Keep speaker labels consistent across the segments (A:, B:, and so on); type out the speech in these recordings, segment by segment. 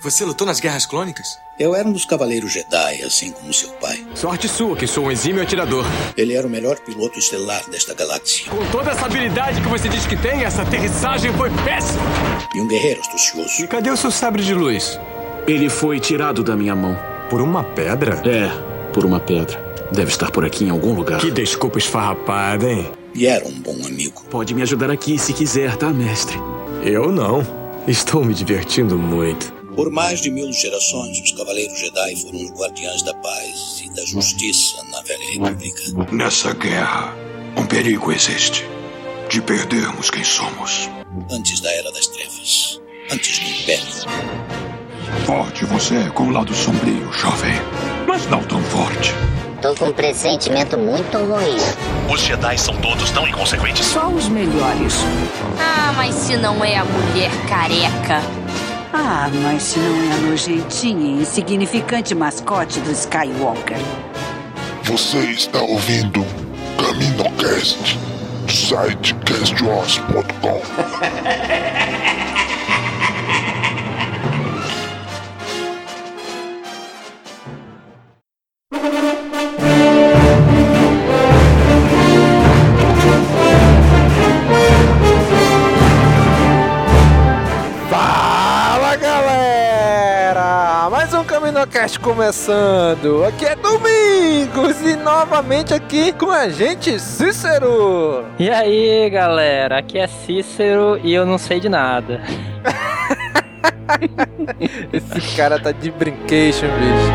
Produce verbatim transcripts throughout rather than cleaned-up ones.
A: Você lutou nas Guerras Clônicas?
B: Eu era um dos Cavaleiros Jedi, assim como seu pai.
C: Sorte sua, que sou um exímio atirador.
B: Ele era o melhor piloto estelar desta galáxia.
C: Com toda essa habilidade que você diz que tem, essa aterrissagem foi péssima.
B: E um guerreiro astucioso.
C: E cadê o seu sabre de luz?
D: Ele foi tirado da minha mão.
C: Por uma pedra?
D: É, por uma pedra. Deve estar por aqui em algum lugar.
C: Que desculpa esfarrapada, hein?
B: E era um bom amigo.
D: Pode me ajudar aqui se quiser, tá, mestre?
C: Eu não. Estou me divertindo muito.
B: Por mais de mil gerações, os Cavaleiros Jedi foram os guardiães da paz e da justiça na Velha República.
E: Nessa guerra, um perigo existe. De perdermos quem somos.
B: Antes da Era das Trevas. Antes do Império.
E: Forte você é com o lado sombrio, jovem. Mas não tão forte.
F: Tô com um pressentimento muito ruim.
G: Os Jedi são todos tão inconsequentes.
H: Só os melhores.
I: Ah, mas se não é a mulher careca...
H: Ah, mas se não é a nojentinha e insignificante mascote do Skywalker.
E: Você está ouvindo CaminoCast, do site cast wars ponto com.
J: CaminoCast começando, aqui é Domingos e novamente aqui com a gente, Cícero.
K: E aí galera, aqui é Cícero e eu não sei de nada.
J: Esse cara tá de brincation, bicho.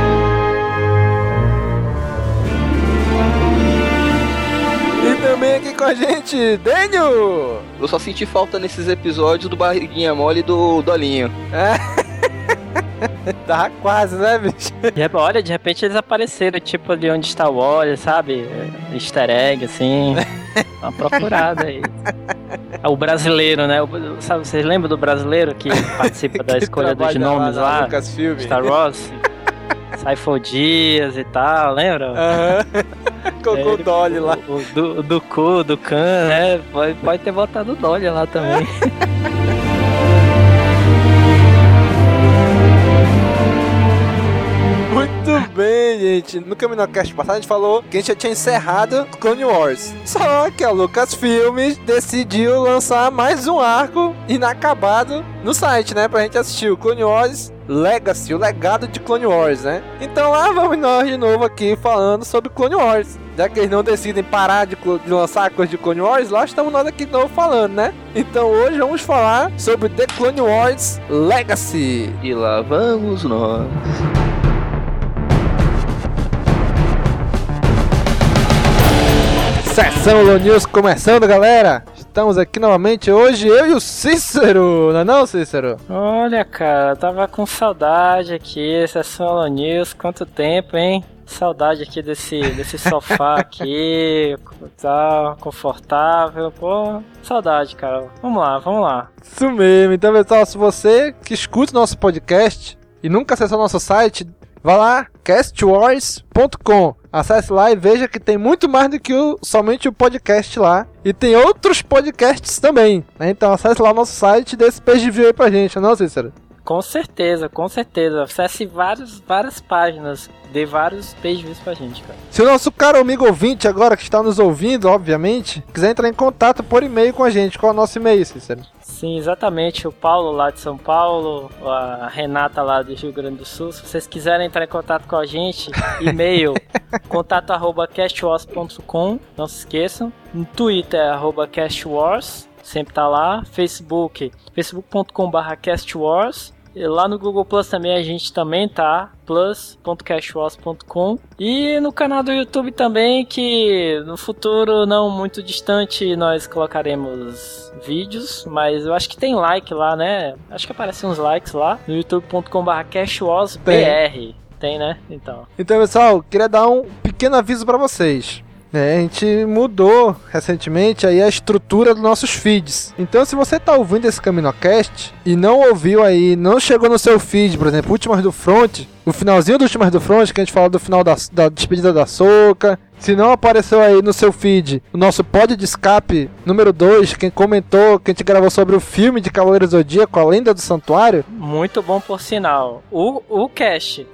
J: E também aqui com a gente, Daniel.
L: Eu só senti falta nesses episódios do Barriguinha Mole e do Dolinho.
J: É. Tava quase, né, bicho?
K: E, olha, de repente eles apareceram, tipo ali onde está o Wally, sabe? Easter egg, assim. Uma procurada aí. O brasileiro, né? O, sabe, vocês lembram do brasileiro que participa da escolha dos nomes lá? lá Star Wars? Saifo Dias e tal, lembra?
J: Aham. Uhum. Colocou o Dolly lá.
K: O, do, do cu, do Khan, né? Pode, pode ter botado o Dolly lá também.
J: Muito bem, gente. No CaminoCast passado a gente falou que a gente já tinha encerrado Clone Wars. Só que a Lucasfilmes decidiu lançar mais um arco inacabado no site, né? Pra gente assistir o Clone Wars Legacy, o legado de Clone Wars, né? Então lá vamos nós de novo aqui falando sobre Clone Wars. Já que eles não decidem parar de, de lançar coisa de Clone Wars, lá estamos nós aqui de novo falando, né? Então hoje vamos falar sobre The Clone Wars Legacy.
L: E lá vamos nós.
J: Sessão Low News começando, galera! Estamos aqui novamente hoje, eu e o Cícero, não é não, Cícero?
K: Olha, cara, tava com saudade aqui, Sessão Low News, quanto tempo, hein? Saudade aqui desse, desse sofá aqui, tal, confortável, pô, saudade, cara. Vamos lá, vamos lá.
J: Isso mesmo, então pessoal, se você que escuta o nosso podcast e nunca acessou nosso site, vá lá, cast wars ponto com. Acesse lá e veja que tem muito mais do que o, somente o podcast lá. E tem outros podcasts também, né? Então acesse lá o nosso site e dê esse page view aí pra gente, não é, Cícero?
K: Com certeza, com certeza. Acesse várias, várias páginas, dê vários page views pra gente, cara.
J: Se o nosso caro amigo ouvinte agora que está nos ouvindo, obviamente, quiser entrar em contato por e-mail com a gente, qual é o nosso e-mail, Cícero?
K: Sim, exatamente, o Paulo lá de São Paulo, a Renata lá do Rio Grande do Sul. Se vocês quiserem entrar em contato com a gente, e-mail contato arroba cast wars ponto com, não se esqueçam. No Twitter, arroba castwars, sempre tá lá. Facebook, facebook ponto com barra castwars. Lá no Google Plus também a gente também tá, plus ponto cast wars ponto com. E no canal do YouTube também, que no futuro não muito distante nós colocaremos vídeos, mas eu acho que tem like lá, né? Acho que aparecem uns likes lá no youtube ponto com barra cast wars b r. Tem, né? Então.
J: Então, pessoal, queria dar um pequeno aviso pra vocês. É, a gente mudou recentemente aí a estrutura dos nossos feeds. Então, se você tá ouvindo esse CaminoCast e não ouviu aí, não chegou no seu feed, por exemplo, Últimas do Front, o finalzinho do Últimas do Front, que a gente fala do final da, da despedida da Ahsoka, Se não apareceu aí no seu feed o nosso pod de escape número dois, quem comentou, que a gente gravou sobre o filme de Cavaleiro Zodíaco, A Lenda do Santuário.
K: Muito bom por sinal. O, o cast.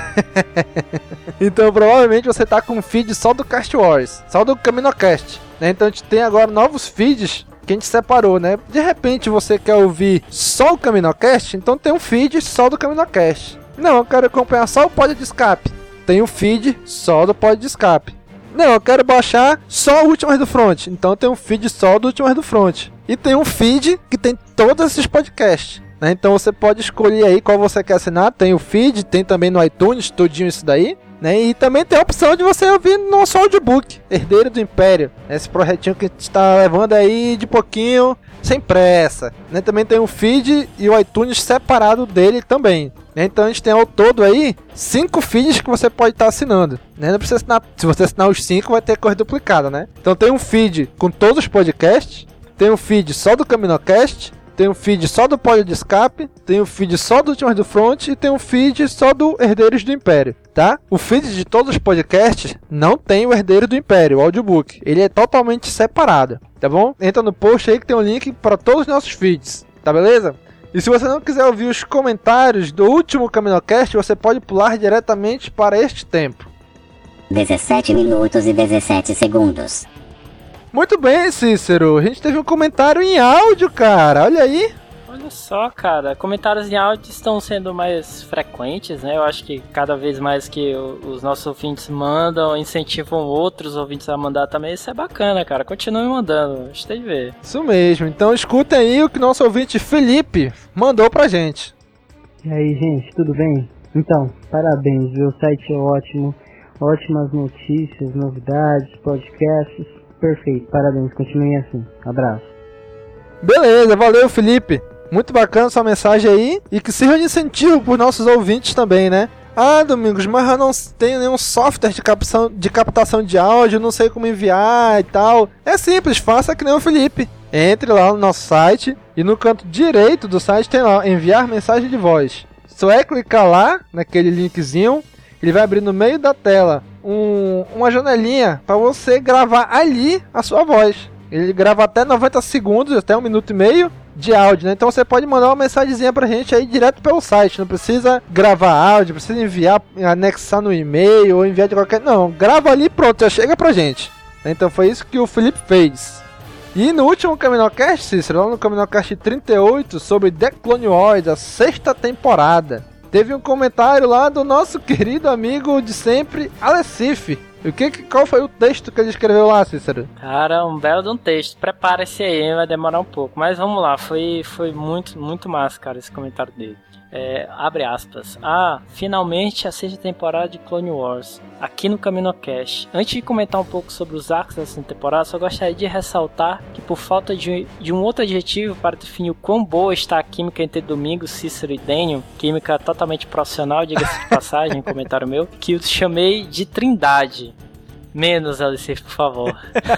J: Então provavelmente você tá com um feed só do Cast Wars, só do CaminoCast, né? Então a gente tem agora novos feeds que a gente separou, né? De repente você quer ouvir só o CaminoCast, então tem um feed só do CaminoCast. Não, eu quero acompanhar só o pod de escape. Tem um feed só do pod de escape. Não, eu quero baixar só o Últimas do Front. Então tem um feed só do Últimas do Front. E tem um feed que tem todos esses podcasts, né? Então você pode escolher aí qual você quer assinar. Tem o feed, tem também no iTunes, tudinho isso daí, né? E também tem a opção de você ouvir no nosso audiobook, Herdeiro do Império. Esse projetinho que a gente está levando aí de pouquinho, sem pressa, né? Também tem o feed e o iTunes separado dele também. Então a gente tem ao todo aí cinco feeds que você pode estar assinando, né? Não precisa assinar, se você assinar os cinco vai ter coisa duplicada, né? Então tem um feed com todos os podcasts, tem um feed só do CaminoCast, tem um feed só do Pod de Escape, tem um feed só do Últimas do Front e tem um feed só do Herdeiros do Império, tá? O feed de todos os podcasts não tem o Herdeiro do Império, o audiobook. Ele é totalmente separado, tá bom? Entra no post aí que tem um link para todos os nossos feeds, tá beleza? E se você não quiser ouvir os comentários do último CaminoCast, você pode pular diretamente para este tempo.
F: dezessete minutos e dezessete segundos.
J: Muito bem, Cícero. A gente teve um comentário em áudio, cara. Olha aí.
K: Olha só, cara. Comentários em áudio estão sendo mais frequentes, né? Eu acho que cada vez mais que os nossos ouvintes mandam, incentivam outros ouvintes a mandar também. Isso é bacana, cara. Continue mandando. Gostei de ver.
J: Isso mesmo. Então escutem aí o que nosso ouvinte Felipe mandou pra gente.
A: E aí, gente, tudo bem? Então, parabéns, viu? O site é ótimo. Ótimas notícias, novidades, podcasts. Perfeito, parabéns, continuem assim. Abraço.
J: Beleza, valeu, Felipe. Muito bacana sua mensagem aí. E que sirva de incentivo para os nossos ouvintes também, né? Ah, Domingos, mas eu não tenho nenhum software de captação, de captação de áudio, não sei como enviar e tal. É simples, faça que nem o Felipe. Entre lá no nosso site e no canto direito do site tem lá, enviar mensagem de voz. Só é clicar lá, naquele linkzinho, ele vai abrir no meio da tela um, uma janelinha para você gravar ali a sua voz. Ele grava até noventa segundos, até um minuto e meio de áudio, né? Então você pode mandar uma mensagenzinha pra gente aí direto pelo site. Não precisa gravar áudio, precisa enviar, anexar no e-mail ou enviar de qualquer... Não, grava ali e pronto, já chega pra gente. Então foi isso que o Felipe fez. E no último CaminoCast, Cícero, lá no CaminoCast trinta e oito, sobre The Clone Wars, a sexta temporada, teve um comentário lá do nosso querido amigo de sempre, Alessif. O que, qual foi o texto que ele escreveu lá, Cícero?
K: Cara, um belo de um texto. Prepara-se aí, vai demorar um pouco. Mas vamos lá, foi, foi muito, muito massa, cara, esse comentário dele. É, abre aspas. Ah, finalmente a sexta temporada de Clone Wars, aqui no CaminoCast. Antes de comentar um pouco sobre os arcos dessa temporada, só gostaria de ressaltar que por falta de, de um outro adjetivo para definir o quão boa está a química entre Domingos, Cícero e Daniel, química totalmente profissional, diga-se de passagem, comentário meu, que eu chamei de Trindade. Menos, Alice, por favor.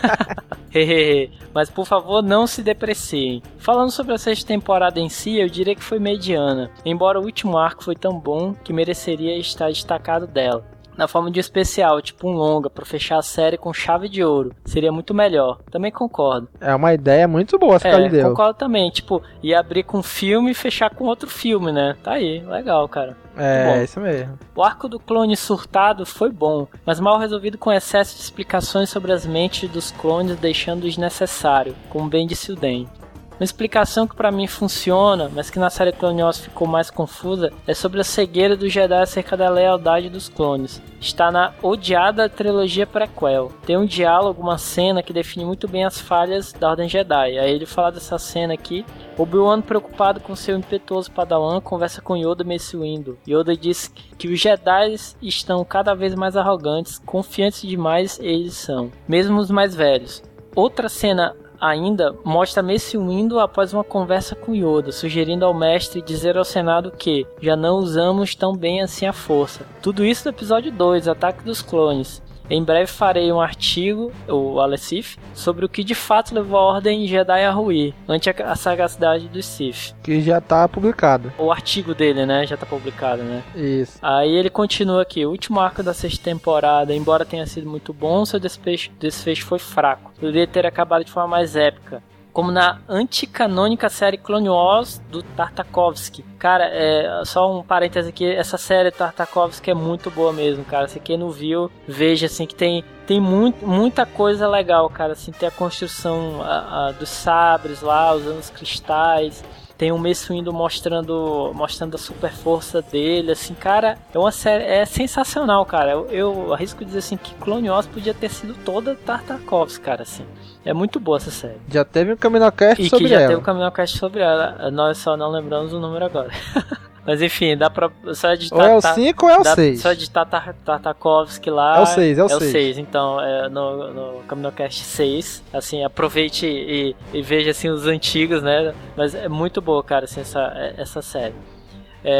K: Mas por favor, não se depreciem. Falando sobre a sexta temporada em si, eu diria que foi mediana, embora o último arco foi tão bom que mereceria estar destacado dela. Na forma de um especial, tipo um longa, pra fechar a série com chave de ouro. Seria muito melhor. Também concordo.
J: É uma ideia muito boa essa
K: é,
J: que ele deu.
K: Concordo também. Tipo, ia abrir com um filme e fechar com outro filme, né? Tá aí, legal, cara.
J: É, isso mesmo.
K: O arco do clone surtado foi bom, mas mal resolvido com excesso de explicações sobre as mentes dos clones, deixando desnecessário, como bem disse o Dan. Uma explicação que pra mim funciona, mas que na série Clone Wars ficou mais confusa, é sobre a cegueira do Jedi acerca da lealdade dos clones. Está na odiada trilogia prequel. Tem um diálogo, uma cena que define muito bem as falhas da Ordem Jedi. Aí ele fala dessa cena aqui. Obi-Wan, preocupado com seu impetuoso padawan, conversa com Yoda e Mace Windu. Yoda diz que os Jedi estão cada vez mais arrogantes, confiantes demais eles são, mesmo os mais velhos. Outra cena ainda mostra Mace Windu após uma conversa com Yoda, sugerindo ao mestre dizer ao Senado que já não usamos tão bem assim a força. Tudo isso no episódio dois, Ataque dos Clones. Em breve farei um artigo, o Alessif, sobre o que de fato levou a Ordem Jedi a ruir, ante a, a sagacidade dos Sith.
J: Que já tá publicado.
K: O artigo dele, né? Já tá publicado, né?
J: Isso.
K: Aí ele continua aqui. O último arco da sexta temporada, embora tenha sido muito bom, seu desfecho, desfecho foi fraco. Poderia ter acabado de forma mais épica. Como na anticanônica série Clone Wars do Tartakovsky. Cara, é, só um parêntese aqui, essa série Tartakovsky é muito boa mesmo, cara. Se quem não viu, veja, assim, que tem, tem muito, muita coisa legal, cara. Assim, tem a construção a, a, dos sabres lá, usando os cristais. Tem o Mace Windu mostrando, mostrando a super força dele, assim, cara, é uma série, é sensacional, cara. Eu, eu arrisco dizer assim que Clone Wars podia ter sido toda Tartakovsky, cara, assim. É muito boa essa série.
J: Já teve um Caminocast
K: e
J: sobre ela.
K: E que já teve um Caminocast sobre ela. Nós só não lembramos o número agora. Mas enfim, dá pra só digitar...
J: Ou é o cinco ou é o seis.
K: Só digitar Tartakovsky lá...
J: É o seis, é o
K: seis. É o
J: seis.
K: seis, então, é no, no Caminocast seis. Assim, aproveite e, e veja, assim, os antigos, né? Mas é muito boa, cara, assim, essa, essa série. É...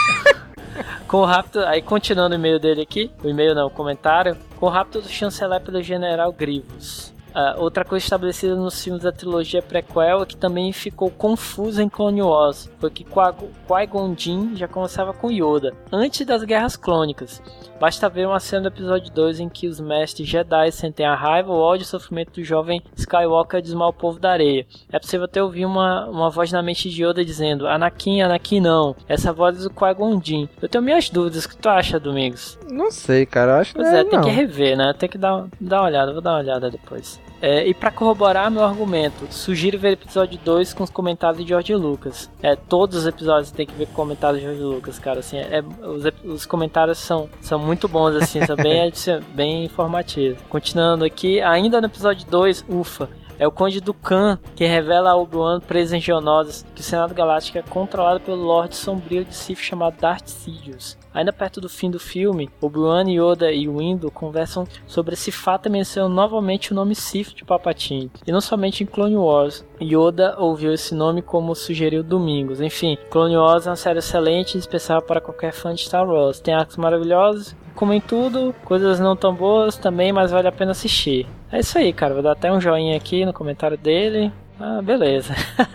K: Com o rapto... Aí, continuando o e-mail dele aqui, o e-mail não, o comentário. Com o rapto do chanceler pelo General Grievous. Uh, outra coisa estabelecida nos filmes da trilogia prequel é que também ficou confusa em Clone Wars, foi que Qui-Gon Jinn já conversava com Yoda, antes das Guerras Clônicas. Basta ver uma cena do episódio dois em que os mestres Jedi sentem a raiva, o ódio e o sofrimento do jovem Skywalker desmar o povo da areia. É possível até ouvir uma, uma voz na mente de Yoda dizendo: Anakin, Anakin não. Essa voz do Qui-Gon Jinn. Eu tenho minhas dúvidas, o que tu acha, Domingos?
J: Não sei, cara, eu acho que
K: pois
J: não
K: é,
J: é,
K: tem
J: não.
K: que rever, né? Tem que dar, dar uma olhada, vou dar uma olhada depois. É, e para corroborar meu argumento, sugiro ver o episódio dois com os comentários de George Lucas. É, todos os episódios tem que ver com comentários de George Lucas, cara. Assim, é, os, os comentários são, são muito bons, assim, são bem, bem informativos. Continuando aqui, ainda no episódio dois, ufa, é o Conde Dooku que revela a Obi-Wan preso em Geonosis que o Senado Galáctico é controlado pelo Lorde Sombrio de Sith chamado Darth Sidious. Ainda perto do fim do filme, Obi-Wan, Yoda e Windu conversam sobre esse fato e mencionam novamente o nome Sith de Palpatine. E não somente em Clone Wars. Yoda ouviu esse nome como sugeriu Domingos. Enfim, Clone Wars é uma série excelente e especial para qualquer fã de Star Wars. Tem arcos maravilhosos, como em tudo, coisas não tão boas também, mas vale a pena assistir. É isso aí, cara. Vou dar até um joinha aqui no comentário dele. Ah, beleza.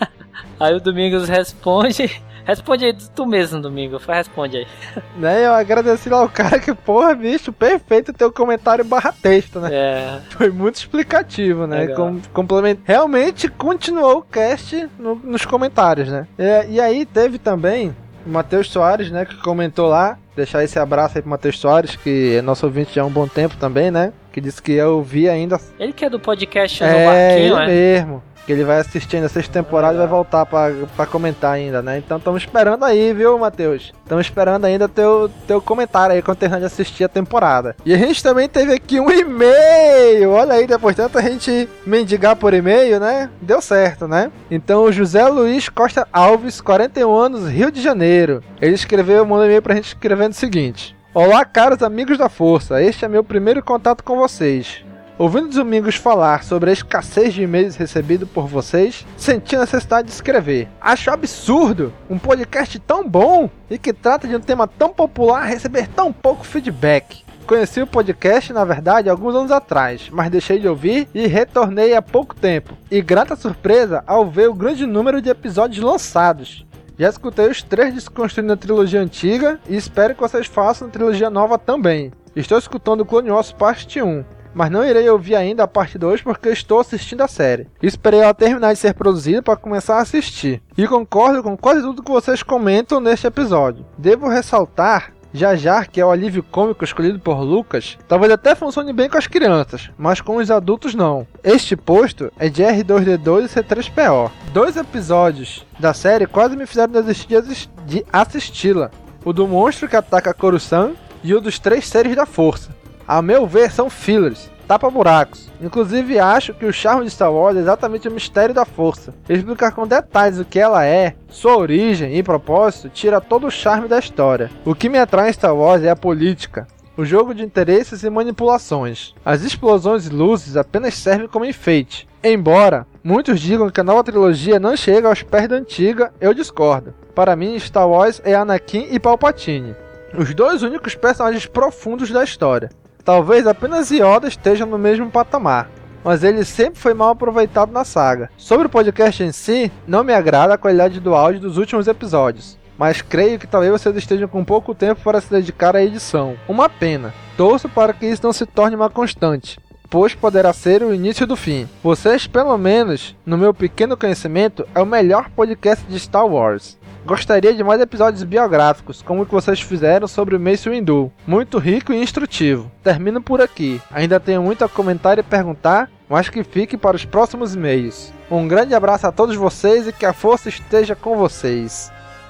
K: Aí o Domingos responde... Responde aí tu mesmo, Domingo. Responde aí.
J: Né, eu agradeci lá o cara que, porra, bicho, perfeito teu comentário barra texto, né?
K: É.
J: Foi muito explicativo, né? Com, complemento. Realmente continuou o cast no, nos comentários, né? E, e aí teve também o Matheus Soares, né? Que comentou lá. Deixar esse abraço aí pro Matheus Soares, que é nosso ouvinte já há um bom tempo também, né? Que disse que eu ouvi ainda.
K: Ele que é do podcast
J: é,
K: no Barquinho,
J: ele
K: é?
J: mesmo. Que ele vai assistir ainda a sexta temporada e vai voltar pra, pra comentar ainda, né? Então estamos esperando aí, viu, Matheus? Estamos esperando ainda teu, teu comentário aí quando terminar de assistir a temporada. E a gente também teve aqui um e-mail! Olha aí, depois de tanta gente mendigar por e-mail, né? Deu certo, né? Então o José Luiz Costa Alves, quarenta e um anos, Rio de Janeiro. Ele escreveu, mandou um e-mail pra gente escrevendo o seguinte: Olá, caros amigos da Força. Este é meu primeiro contato com vocês. Ouvindo os Domingos falar sobre a escassez de e-mails recebidos por vocês, senti a necessidade de escrever. Acho absurdo um podcast tão bom e que trata de um tema tão popular receber tão pouco feedback. Conheci o podcast, na verdade, alguns anos atrás, mas deixei de ouvir e retornei há pouco tempo. E grata surpresa ao ver o grande número de episódios lançados. Já escutei os três desconstruindo a trilogia antiga e espero que vocês façam a trilogia nova também. Estou escutando o Clone Wars parte um. Mas não irei ouvir ainda a parte dois porque estou assistindo a série. Esperei ela terminar de ser produzida para começar a assistir. E concordo com quase tudo que vocês comentam neste episódio. Devo ressaltar, Jar Jar, que é o alívio cômico escolhido por Lucas, talvez até funcione bem com as crianças, mas com os adultos não. Este posto é de R dois D dois e C três P O. Dois episódios da série quase me fizeram desistir de assisti-la. O do monstro que ataca Coruscant e o dos três seres da força. A meu ver, são fillers, tapa-buracos. Inclusive, acho que o charme de Star Wars é exatamente o mistério da força. Explicar com detalhes o que ela é, sua origem e propósito, tira todo o charme da história. O que me atrai em Star Wars é a política, o jogo de interesses e manipulações. As explosões e luzes apenas servem como enfeite. Embora muitos digam que a nova trilogia não chega aos pés da antiga, eu discordo. Para mim, Star Wars é Anakin e Palpatine, os dois únicos personagens profundos da história. Talvez apenas Yoda esteja no mesmo patamar, mas ele sempre foi mal aproveitado na saga. Sobre o podcast em si, não me agrada a qualidade do áudio dos últimos episódios, mas creio que talvez vocês estejam com pouco tempo para se dedicar à edição. Uma pena. Torço para que isso não se torne uma constante, pois poderá ser o início do fim. Vocês, pelo menos, no meu pequeno conhecimento, é o melhor podcast de Star Wars. Gostaria de mais episódios biográficos, como o que vocês fizeram sobre o Mace Windu. Muito rico e instrutivo. Termino por aqui. Ainda tenho muito a comentar e perguntar, mas que fique para os próximos e-mails. Um grande abraço a todos vocês e que a força esteja com vocês.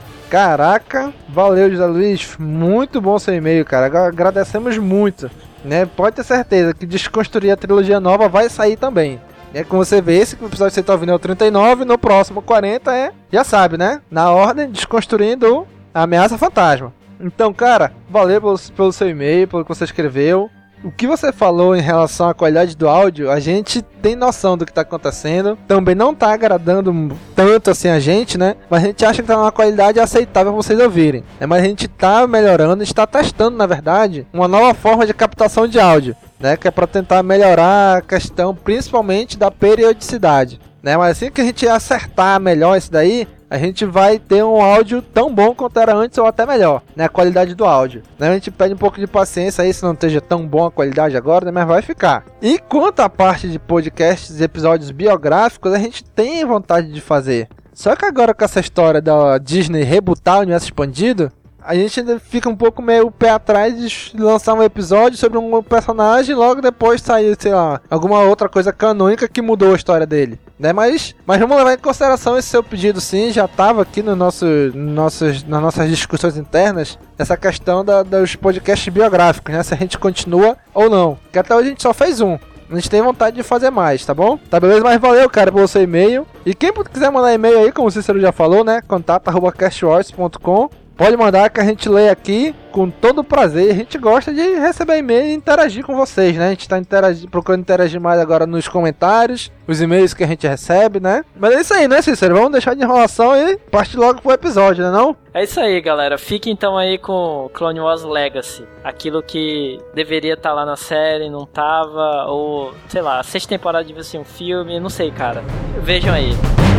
J: Caraca, valeu, José Luiz. Muito bom seu e-mail, cara. Agradecemos muito. Né? Pode ter certeza que Desconstruir a Trilogia Nova vai sair também. É como você vê, esse episódio que você está ouvindo é o trinta e nove, no próximo quarenta é, já sabe, né? Na ordem, Desconstruindo a Ameaça Fantasma. Então, cara, valeu pelo, pelo seu e-mail, pelo que você escreveu. O que você falou em relação à qualidade do áudio, a gente tem noção do que está acontecendo. Também não está agradando tanto assim a gente, né? Mas a gente acha que está numa qualidade aceitável para vocês ouvirem. É, mas a gente está melhorando, está testando, na verdade, uma nova forma de captação de áudio, né? Que é para tentar melhorar a questão, principalmente da periodicidade, né? Mas assim que a gente acertar melhor isso daí, a gente vai ter um áudio tão bom quanto era antes ou até melhor, né? A qualidade do áudio, né? A gente pede um pouco de paciência aí se não esteja tão bom a qualidade agora, né? Mas vai ficar. E quanto à parte de podcasts e episódios biográficos, a gente tem vontade de fazer. Só que agora com essa história da Disney rebutar o universo expandido, a gente ainda fica um pouco meio pé atrás de lançar um episódio sobre um personagem e logo depois sair, sei lá, alguma outra coisa canônica que mudou a história dele, né? Mas, mas vamos levar em consideração esse seu pedido, sim. Já estava aqui no nosso, nossos, nas nossas discussões internas essa questão da, dos podcasts biográficos, né? Se a gente continua ou não. Porque até hoje a gente só fez um. A gente tem vontade de fazer mais, tá bom? Tá beleza? Mas valeu, cara, pelo seu e-mail. E quem quiser mandar e-mail aí, como o Cícero já falou, né? contato arroba castwars ponto com. Pode mandar que a gente lê aqui com todo prazer. A gente gosta de receber e-mail e interagir com vocês, né? A gente tá interagir, procurando interagir mais agora nos comentários, os e-mails que a gente recebe, né? Mas é isso aí, né, Cícero? Vamos deixar de enrolação e partir logo pro episódio, né não?
K: É isso aí, galera. Fique então aí com Clone Wars Legacy. Aquilo que deveria estar lá na série, não tava. Ou, sei lá, a sexta temporada devia ser um filme. Não sei, cara. Vejam aí.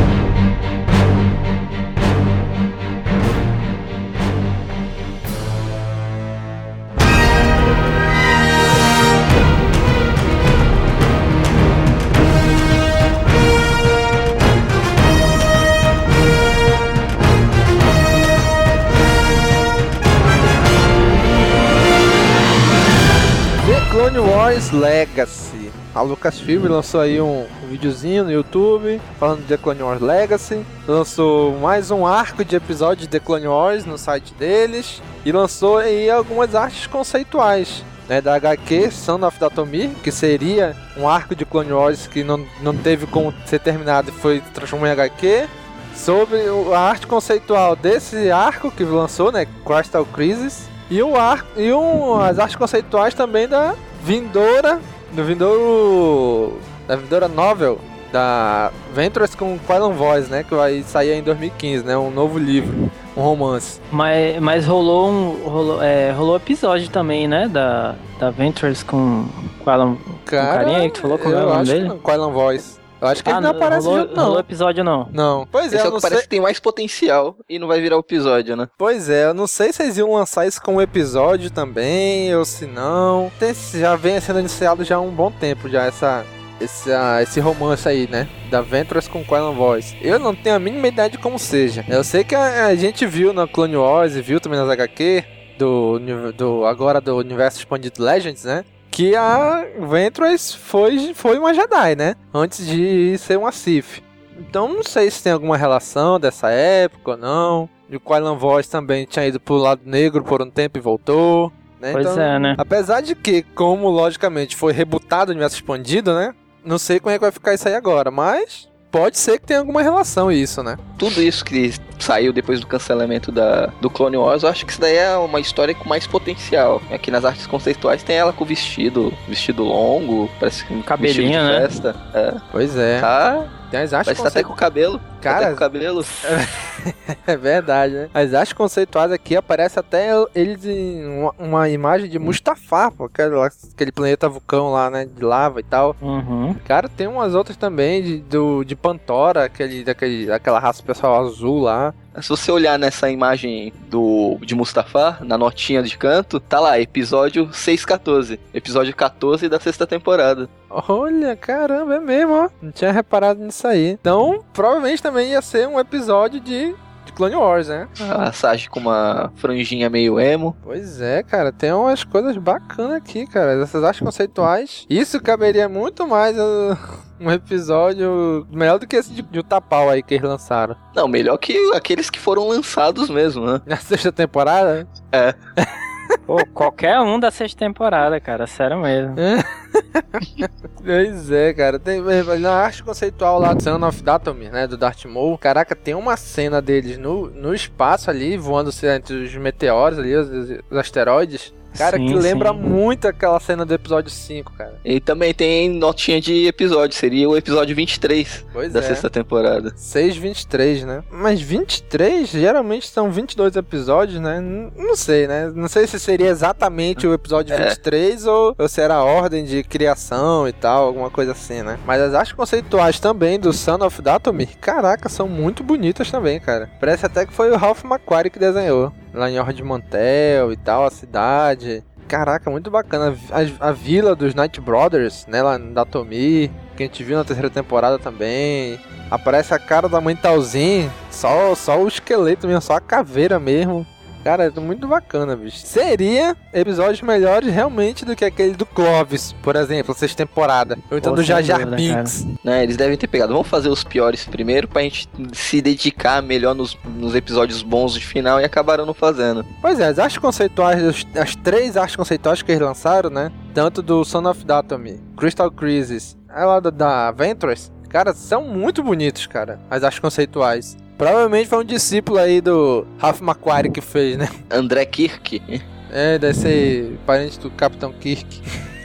J: Clone Wars Legacy. A Lucasfilm lançou aí um videozinho no YouTube falando de The Clone Wars Legacy. Lançou mais um arco de episódios de The Clone Wars no site deles. E lançou aí algumas artes conceituais, né, da H Q Son of Dathomir, que seria um arco de Clone Wars que não, não teve como ser terminado e foi transformado em H Q. Sobre a arte conceitual desse arco que lançou, né, Crystal Crisis. E, o arco, e um, as artes conceituais também da vindoura, do vindouro, da vindoura novel, da Ventures com Quillan Voice, né, que vai sair em dois mil e quinze, né, um novo livro, um romance.
K: Mas, mas rolou um rolou, é, rolou episódio também, né, da, da Ventures com Quillan,
J: Cara,
K: com carinha aí que tu falou, como é o nome dele?
J: Quillan Voice. Eu acho que ah, ele não aparece
K: rolou,
J: junto, não.
K: Rolou episódio, não.
J: Não. Pois é,
L: Esse
J: eu
L: é o
J: não
L: que parece
J: sei...
L: que tem mais potencial e não vai virar episódio, né?
J: Pois é, eu não sei se eles iam lançar isso como episódio também, ou se não. Tem, já vem sendo anunciado já há um bom tempo, já, essa, esse, uh, esse romance aí, né? Da Ventures com Quillan Voice. Eu não tenho a mínima ideia de como seja. Eu sei que a, a gente viu na Clone Wars e viu também nas H Q, do, do, agora do Universo Expandido Legends, né? Que a Ventress foi, foi uma Jedi, né? Antes de ser uma Sith. Então não sei se tem alguma relação dessa época ou não. E o Quillan Voice também tinha ido pro lado negro por um tempo e voltou, né?
K: Pois
J: então,
K: é, né?
J: Apesar de que, como logicamente foi rebutado o universo expandido, né? Não sei como é que vai ficar isso aí agora, mas... Pode ser que tenha alguma relação isso, né?
L: Tudo isso que saiu depois do cancelamento da, do Clone Wars, eu acho que isso daí é uma história com mais potencial. Aqui nas artes conceituais tem ela com vestido, vestido longo, parece que um
K: cabelinho,
L: vestido de
K: né?
L: festa. É.
J: Pois é.
L: Tá...
J: Tem as artes
L: Parece que tá até com o cabelo.
J: Cara,
L: tá até com o cabelo.
J: É verdade, né? As artes conceituais aqui aparece até eles em uma, uma imagem de Mustafar, pô, aquele, aquele planeta vulcão lá, né? De lava e tal.
K: Uhum.
J: Cara, tem umas outras também de, do, de Pantora, aquele, daquele, daquela raça pessoal azul lá.
L: Se você olhar nessa imagem do, de Mustafar, na notinha de canto, tá lá, episódio seiscentos e quatorze. Episódio quatorze da sexta temporada.
J: Olha, caramba, é mesmo, ó. Não tinha reparado nisso aí. Então, provavelmente também ia ser um episódio de, de Clone Wars, né?
L: A Sage com uma franjinha meio emo.
J: Pois é, cara. Tem umas coisas bacanas aqui, cara. Essas artes conceituais. Isso caberia muito mais uh, um episódio melhor do que esse de, de Utapau aí que eles lançaram.
L: Não, melhor que aqueles que foram lançados mesmo, né?
J: Na sexta temporada?
L: É.
K: Pô, qualquer um da sexta temporada, cara, sério mesmo.
J: Pois é, cara. Tem, na arte conceitual lá do Son of Dathomir, né, do Darth Maul, caraca, tem uma cena deles no, no espaço ali, voando entre os meteoros ali, os, os asteroides. Cara, sim, que lembra sim. muito aquela cena do episódio cinco, cara.
L: E também tem notinha de episódio, seria o episódio vinte e três pois da é. sexta temporada.
J: seis vinte e três, né? Mas vinte e três geralmente são vinte e dois episódios, né? N- não sei, né? Não sei se seria exatamente o episódio é. vinte e três ou, ou se era a ordem de criação e tal, alguma coisa assim, né? Mas as artes conceituais também do Son of Dathomir, caraca, são muito bonitas também, cara. Parece até que foi o Ralph McQuarrie que desenhou. Lá em Ord Mantell e tal, a cidade. Caraca, muito bacana. A, a vila dos Night Brothers, né, lá em Dathomir, que a gente viu na terceira temporada também. Aparece a cara da mãe Talzin, só, só o esqueleto mesmo, só a caveira mesmo. Cara, é muito bacana, bicho. Seria episódios melhores realmente do que aquele do Clovis, por exemplo, sexta temporada. Ou então Pô, do Jar Jar Binks.
L: Né, eles devem ter pegado. Vamos fazer os piores primeiro pra gente se dedicar melhor nos, nos episódios bons de final e acabaram não fazendo.
J: Pois é, as artes conceituais, as três artes conceituais que eles lançaram, né? Tanto do Son of Dathomir, Crystal Crisis, a lá da, da Ventress, cara, são muito bonitos, cara. As artes conceituais. Provavelmente foi um discípulo aí do Ralph McQuarrie que fez, né?
L: André Kirk.
J: É, deve ser parente do Capitão Kirk.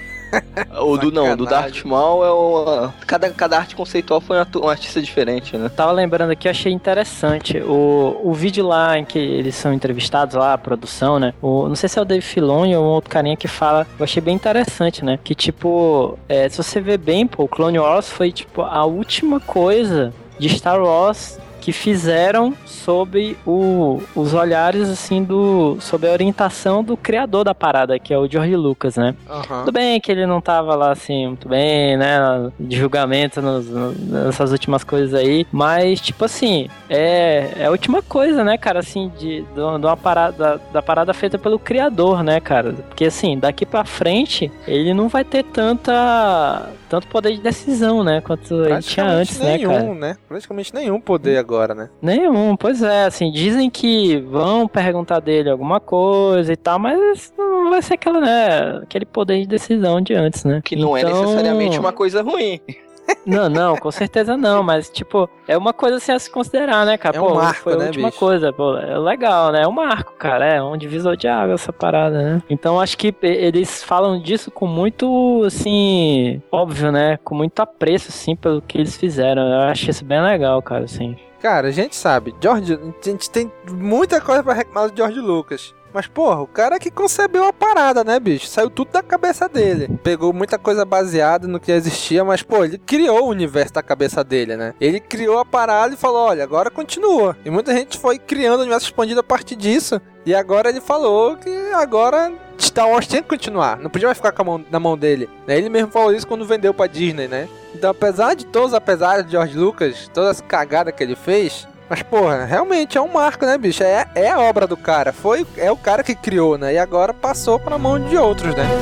L: O do não, do Darth Maul é o... Cada, cada arte conceitual foi um artista diferente, né?
K: Tava lembrando aqui, achei interessante o, o vídeo lá em que eles são entrevistados lá, a produção, né? O, não sei se é o Dave Filoni ou um outro carinha que fala, eu achei bem interessante, né? Que tipo, é, se você ver bem, pô, o Clone Wars foi tipo a última coisa de Star Wars que fizeram sob o, os olhares, assim, do... sob a orientação do criador da parada, que é o George Lucas, né? Uhum. Tudo bem que ele não tava lá, assim, muito bem, né? De julgamento nos, nessas últimas coisas aí, mas, tipo assim, é, é a última coisa, né, cara, assim, de, de uma parada, da parada feita pelo criador, né, cara? Porque, assim, daqui pra frente, ele não vai ter tanta... tanto poder de decisão, né, quanto ele tinha antes,
J: nenhum,
K: né, cara?
J: Né? Praticamente nenhum poder agora. Agora, né?
K: Nenhum, pois é, assim, dizem que vão perguntar dele alguma coisa e tal, mas não vai ser aquela, né, aquele poder de decisão de antes, né?
L: Que não então... é necessariamente uma coisa ruim.
K: Não, não, com certeza não, mas, tipo, é uma coisa assim a se considerar, né, cara?
J: É
K: pô,
J: um marco,
K: foi a
J: né,
K: última
J: bicho?
K: coisa, pô, é legal, né? É um marco, cara, é um divisor de água essa parada, né? Então, acho que eles falam disso com muito, assim, óbvio, né? Com muito apreço, assim, pelo que eles fizeram. Eu acho isso bem legal, cara, assim.
J: Cara, a gente sabe, George, a gente tem muita coisa pra reclamar do George Lucas. Mas, porra, o cara que concebeu a parada, né, bicho? Saiu tudo da cabeça dele. Pegou muita coisa baseada no que existia, mas, pô, ele criou o universo da cabeça dele, né? Ele criou a parada e falou, olha, agora continua. E muita gente foi criando o universo expandido a partir disso. E agora ele falou que agora Star Wars tinha que continuar. Não podia mais ficar com a mão, na mão dele. Ele mesmo falou isso quando vendeu pra Disney, né? Então, apesar de todos, apesar de George Lucas, toda essa cagada que ele fez... Mas, porra, realmente é um marco, né, bicho? É, é a obra do cara. Foi, é o cara que criou, né? E agora passou pra mão de outros, né?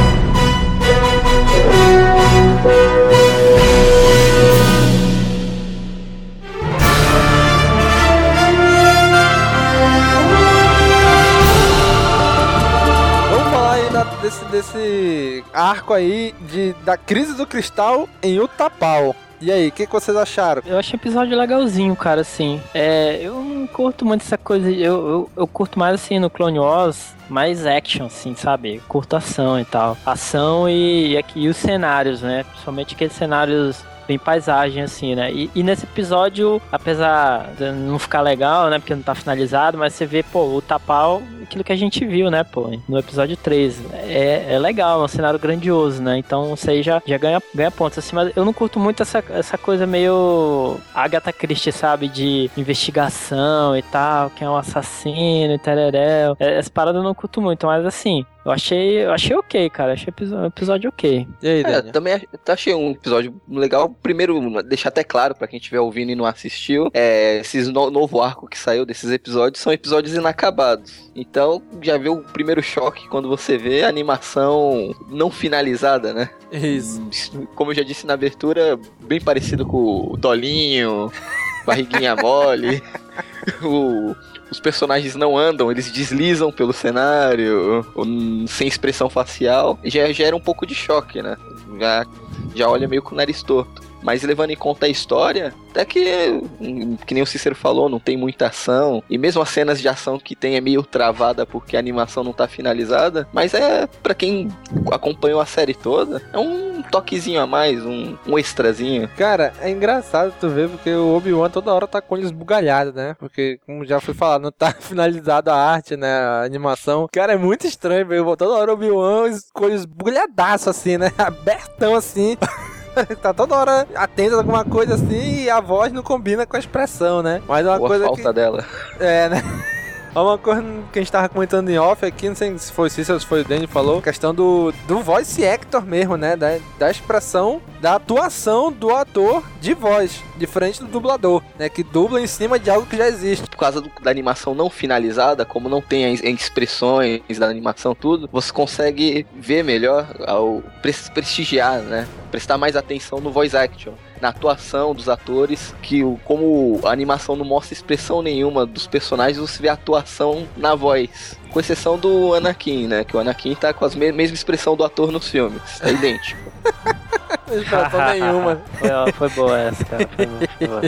J: Vamos falar aí da, desse, desse arco aí de, da crise do cristal em Utapau. E aí, o que, que vocês acharam?
K: Eu achei o episódio legalzinho, cara, assim. É, eu não curto muito essa coisa, eu, eu, eu curto mais, assim, no Clone Wars, mais action, assim, sabe? Curto ação e tal. Ação e, e, aqui, e os cenários, né? Principalmente aqueles cenários bem paisagem, assim, né? E, e nesse episódio, apesar de não ficar legal, né? Porque não tá finalizado, mas você vê, pô, o Tapau, aquilo que a gente viu, né, pô, no episódio três. É, é legal, é um cenário grandioso, né? Então isso aí já, já ganha, ganha pontos, assim, mas eu não curto muito essa, essa coisa meio Agatha Christie, sabe? De investigação e tal, quem é um assassino e tereréu. Essa parada eu não curto muito, mas assim, eu achei, eu achei ok, cara. Achei o episódio ok.
J: E aí,
L: é, também achei um episódio legal. Primeiro, deixar até claro pra quem estiver ouvindo e não assistiu, é, esses no, novo arco que saiu desses episódios são episódios inacabados. Então, já viu o primeiro choque quando você vê a animação não finalizada, né?
J: Isso.
L: Como eu já disse na abertura, bem parecido com o Dolinho, Barriguinha Mole, o... Os personagens não andam, eles deslizam pelo cenário, sem expressão facial, e já gera um pouco de choque, né? Já, já olha meio com o nariz torto. Mas levando em conta a história, até que, que nem o Cícero falou, não tem muita ação. E mesmo as cenas de ação que tem é meio travada porque a animação não tá finalizada. Mas é, pra quem acompanhou a série toda, é um toquezinho a mais, um, um extrazinho.
J: Cara, é engraçado tu ver, porque o Obi-Wan toda hora tá com olhos bugalhados, né? Porque, como já fui falar, não tá finalizada a arte, né? A animação. Cara, é muito estranho, velho. Toda hora o Obi-Wan com olhos bugalhadaços, assim, né? Abertão, assim. Tá toda hora atento a alguma coisa assim e a voz não combina com a expressão, né? Mas é uma
L: Boa
J: coisa
L: falta
J: que...
L: dela.
J: É, né? É uma coisa que a gente tava comentando em off aqui, não sei se foi o Cícero ou se foi o Danny, falou, a questão do, do voice actor mesmo, né? Da, da expressão, da atuação do ator de voz, diferente do dublador, né? Que dubla em cima de algo que já existe.
L: Por causa do, da animação não finalizada, como não tem as expressões da animação, tudo, você consegue ver melhor ao prestigiar, né? Prestar mais atenção no voice action, na atuação dos atores, que como a animação não mostra expressão nenhuma dos personagens, você vê a atuação na voz. Com exceção do Anakin, né? Que o Anakin tá com a me- mesma expressão do ator nos filmes. É idêntico.
J: Expressão nenhuma.
K: Foi, foi boa essa, cara. Foi boa, foi boa.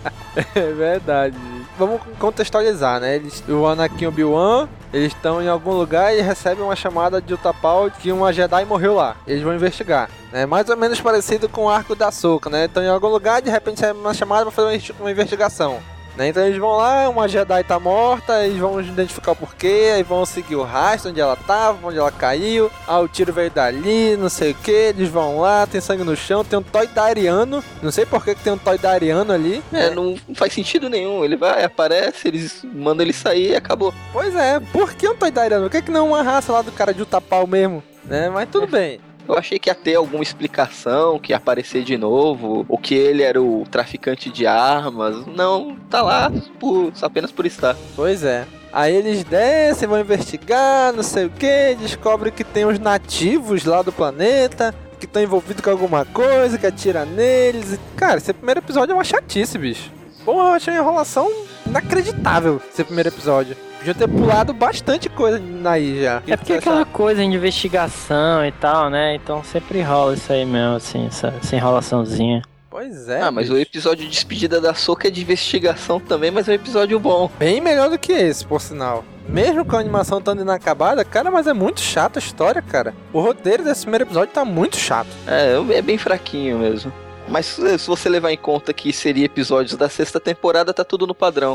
J: É verdade. Vamos contextualizar, né? Eles, o Anakin e o Obi-Wan, eles estão em algum lugar e recebem uma chamada de Utapau que uma Jedi morreu lá. Eles vão investigar. É mais ou menos parecido com o arco da Ahsoka, né? Estão em algum lugar e de repente recebem uma chamada para fazer uma investigação. Né? Então eles vão lá, uma Jedi tá morta, eles vão identificar o porquê, aí vão seguir o rastro, onde ela tava, onde ela caiu, ah, o tiro veio dali, não sei o que, eles vão lá, tem sangue no chão, tem um toy da Ariano, não sei por que, que tem um toy da Ariano ali.
L: É, não faz sentido nenhum, ele vai, aparece, eles mandam ele sair e acabou.
J: Pois é, por que um toy da Ariano? Por que, que não uma raça lá do cara de Utapau mesmo? Né? Mas tudo bem.
L: Eu achei que ia ter alguma explicação, que ia aparecer de novo, ou que ele era o traficante de armas. Não, tá lá por, apenas por estar.
J: Pois é. Aí eles descem, vão investigar, não sei o que, descobrem que tem uns nativos lá do planeta, que estão envolvidos com alguma coisa, que atira neles. Cara, esse primeiro episódio é uma chatice, bicho. Porra, eu achei uma enrolação inacreditável, esse primeiro episódio. Podia ter pulado bastante coisa aí já.
K: É porque é aquela coisa de investigação e tal, né? Então sempre rola isso aí mesmo, assim, essa, essa enrolaçãozinha.
J: Pois é.
L: Ah, mas
J: bicho.
L: o episódio de despedida da Ahsoka é de investigação também, mas é um episódio bom.
J: Bem melhor do que esse, por sinal. Mesmo com a animação estando inacabada, cara, mas é muito chato a história, cara. O roteiro desse primeiro episódio tá muito chato.
L: É, é bem fraquinho mesmo. Mas se você levar em conta que seria episódios da sexta temporada, tá tudo no padrão.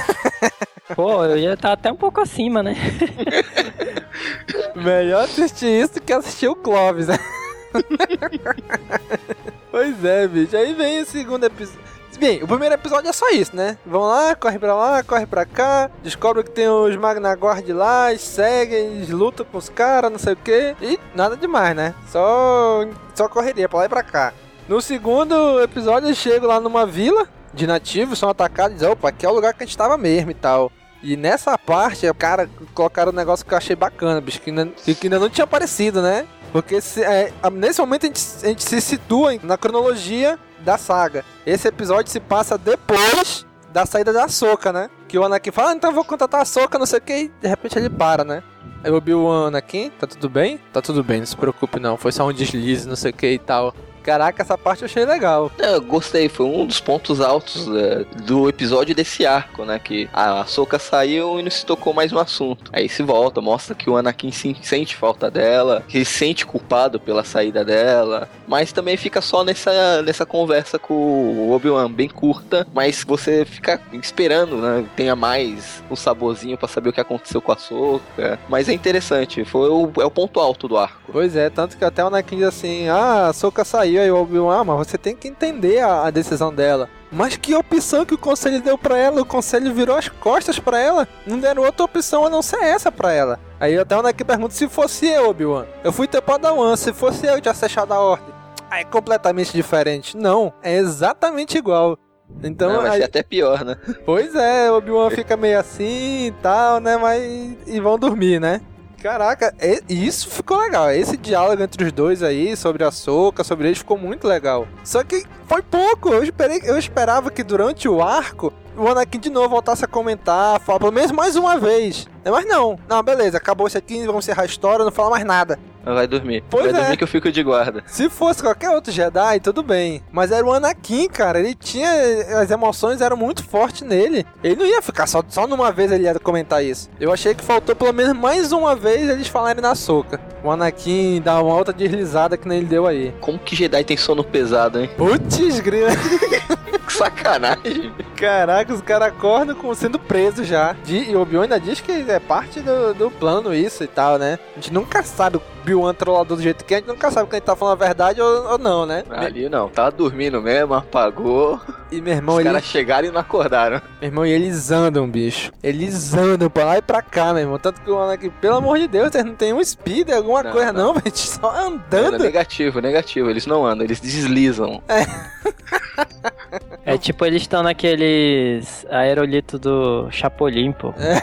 K: Pô, eu já tá até um pouco acima, né?
J: Melhor assistir isso do que assistir o Clovis, né? Pois é, bicho. Aí vem o segundo episódio. Bem, o primeiro episódio é só isso, né? Vão lá, corre pra lá, corre pra cá, descobrem que tem os Magna Guard lá, eles seguem, eles lutam com os caras, não sei o que. E nada demais, né? Só, só correria pra lá e pra cá. No segundo episódio, eles chegam lá numa vila de nativos, são atacados e dizem, opa, aqui é o lugar que a gente tava mesmo e tal. E nessa parte, cara, colocaram um negócio que eu achei bacana, bicho, que ainda, que ainda não tinha aparecido, né? Porque se, é, nesse momento a gente, a gente se situa na cronologia da saga. Esse episódio se passa depois da saída da Ahsoka, né? Que o Anakin fala, ah, então eu vou contratar a Ahsoka, não sei o que, e de repente ele para, né? Aí o Obi-Wan, Anakin, tá tudo bem? Tá tudo bem, não se preocupe não, foi só um deslize, não sei o que e tal. Caraca, essa parte eu achei legal.
L: Eu gostei, foi um dos pontos altos é, do episódio desse arco, né? Que a Ahsoka saiu e não se tocou mais no assunto. Aí se volta, mostra que o Anakin sente falta dela, que ele se sente culpado pela saída dela, mas também fica só nessa, nessa conversa com o Obi-Wan, bem curta, mas você fica esperando, né? Tenha mais um saborzinho pra saber o que aconteceu com a Ahsoka. Mas é interessante, foi o, é o ponto alto do arco.
J: Pois é, tanto que até o Anakin diz assim, ah, a Ahsoka saiu, aí o Obi-Wan, ah, mas você tem que entender a, a decisão dela. Mas que opção que o conselho deu pra ela? O conselho virou as costas pra ela. Não deram outra opção a não ser essa pra ela. Aí até o Anakin pergunta, se fosse eu, Obi-Wan, eu fui teu Padawan, se fosse eu, eu tinha fechado a ordem. Ah, é completamente diferente. Não, é exatamente igual. Então,
L: não, vai
J: aí...
L: ser até pior, né?
J: Pois é, o Obi-Wan fica meio assim e tal, né? Mas... E vão dormir, né? Caraca, é... isso ficou legal. Esse diálogo entre os dois aí, sobre a Ahsoka, sobre eles, ficou muito legal. Só que foi pouco. Eu, esperei... eu esperava que durante o arco, o Anakin de novo voltasse a comentar, falar pelo menos mais uma vez. Mas não. Não, beleza, acabou isso aqui, vamos encerrar a história, não falar mais nada.
L: Vai dormir.
J: Pois
L: Vai
J: é.
L: dormir que eu fico de guarda.
J: Se fosse qualquer outro Jedi, tudo bem. Mas era o Anakin, cara. Ele tinha... As emoções eram muito fortes nele. Ele não ia ficar só, só numa vez ele ia comentar isso. Eu achei que faltou pelo menos mais uma vez eles falarem na Ahsoka. O Anakin dá uma outra deslizada que nem ele deu aí.
L: Como que Jedi tem sono pesado, hein?
J: Putz, grila.
L: Que sacanagem.
J: Caraca, os caras acordam como sendo presos já. E o Obi-Wan ainda diz que é parte do, do plano isso e tal, né? A gente nunca sabe o Obi-Wan trollador do jeito que é, a gente nunca sabe quem tá falando a verdade ou, ou não, né?
L: Ali não, tava dormindo mesmo, apagou.
J: E meu irmão,
L: os
J: ele...
L: caras chegaram e não acordaram.
J: Meu irmão, e eles andam, bicho. Eles andam pra lá e pra cá, meu irmão. Tanto que o Anakin, pelo amor de Deus, vocês não tem um speed, alguma não, coisa não, velho. Só andando.
L: Não, negativo, negativo. Eles não andam, eles deslizam.
J: É.
K: É tipo, eles estão naqueles aerolitos do Chapolin, pô. É.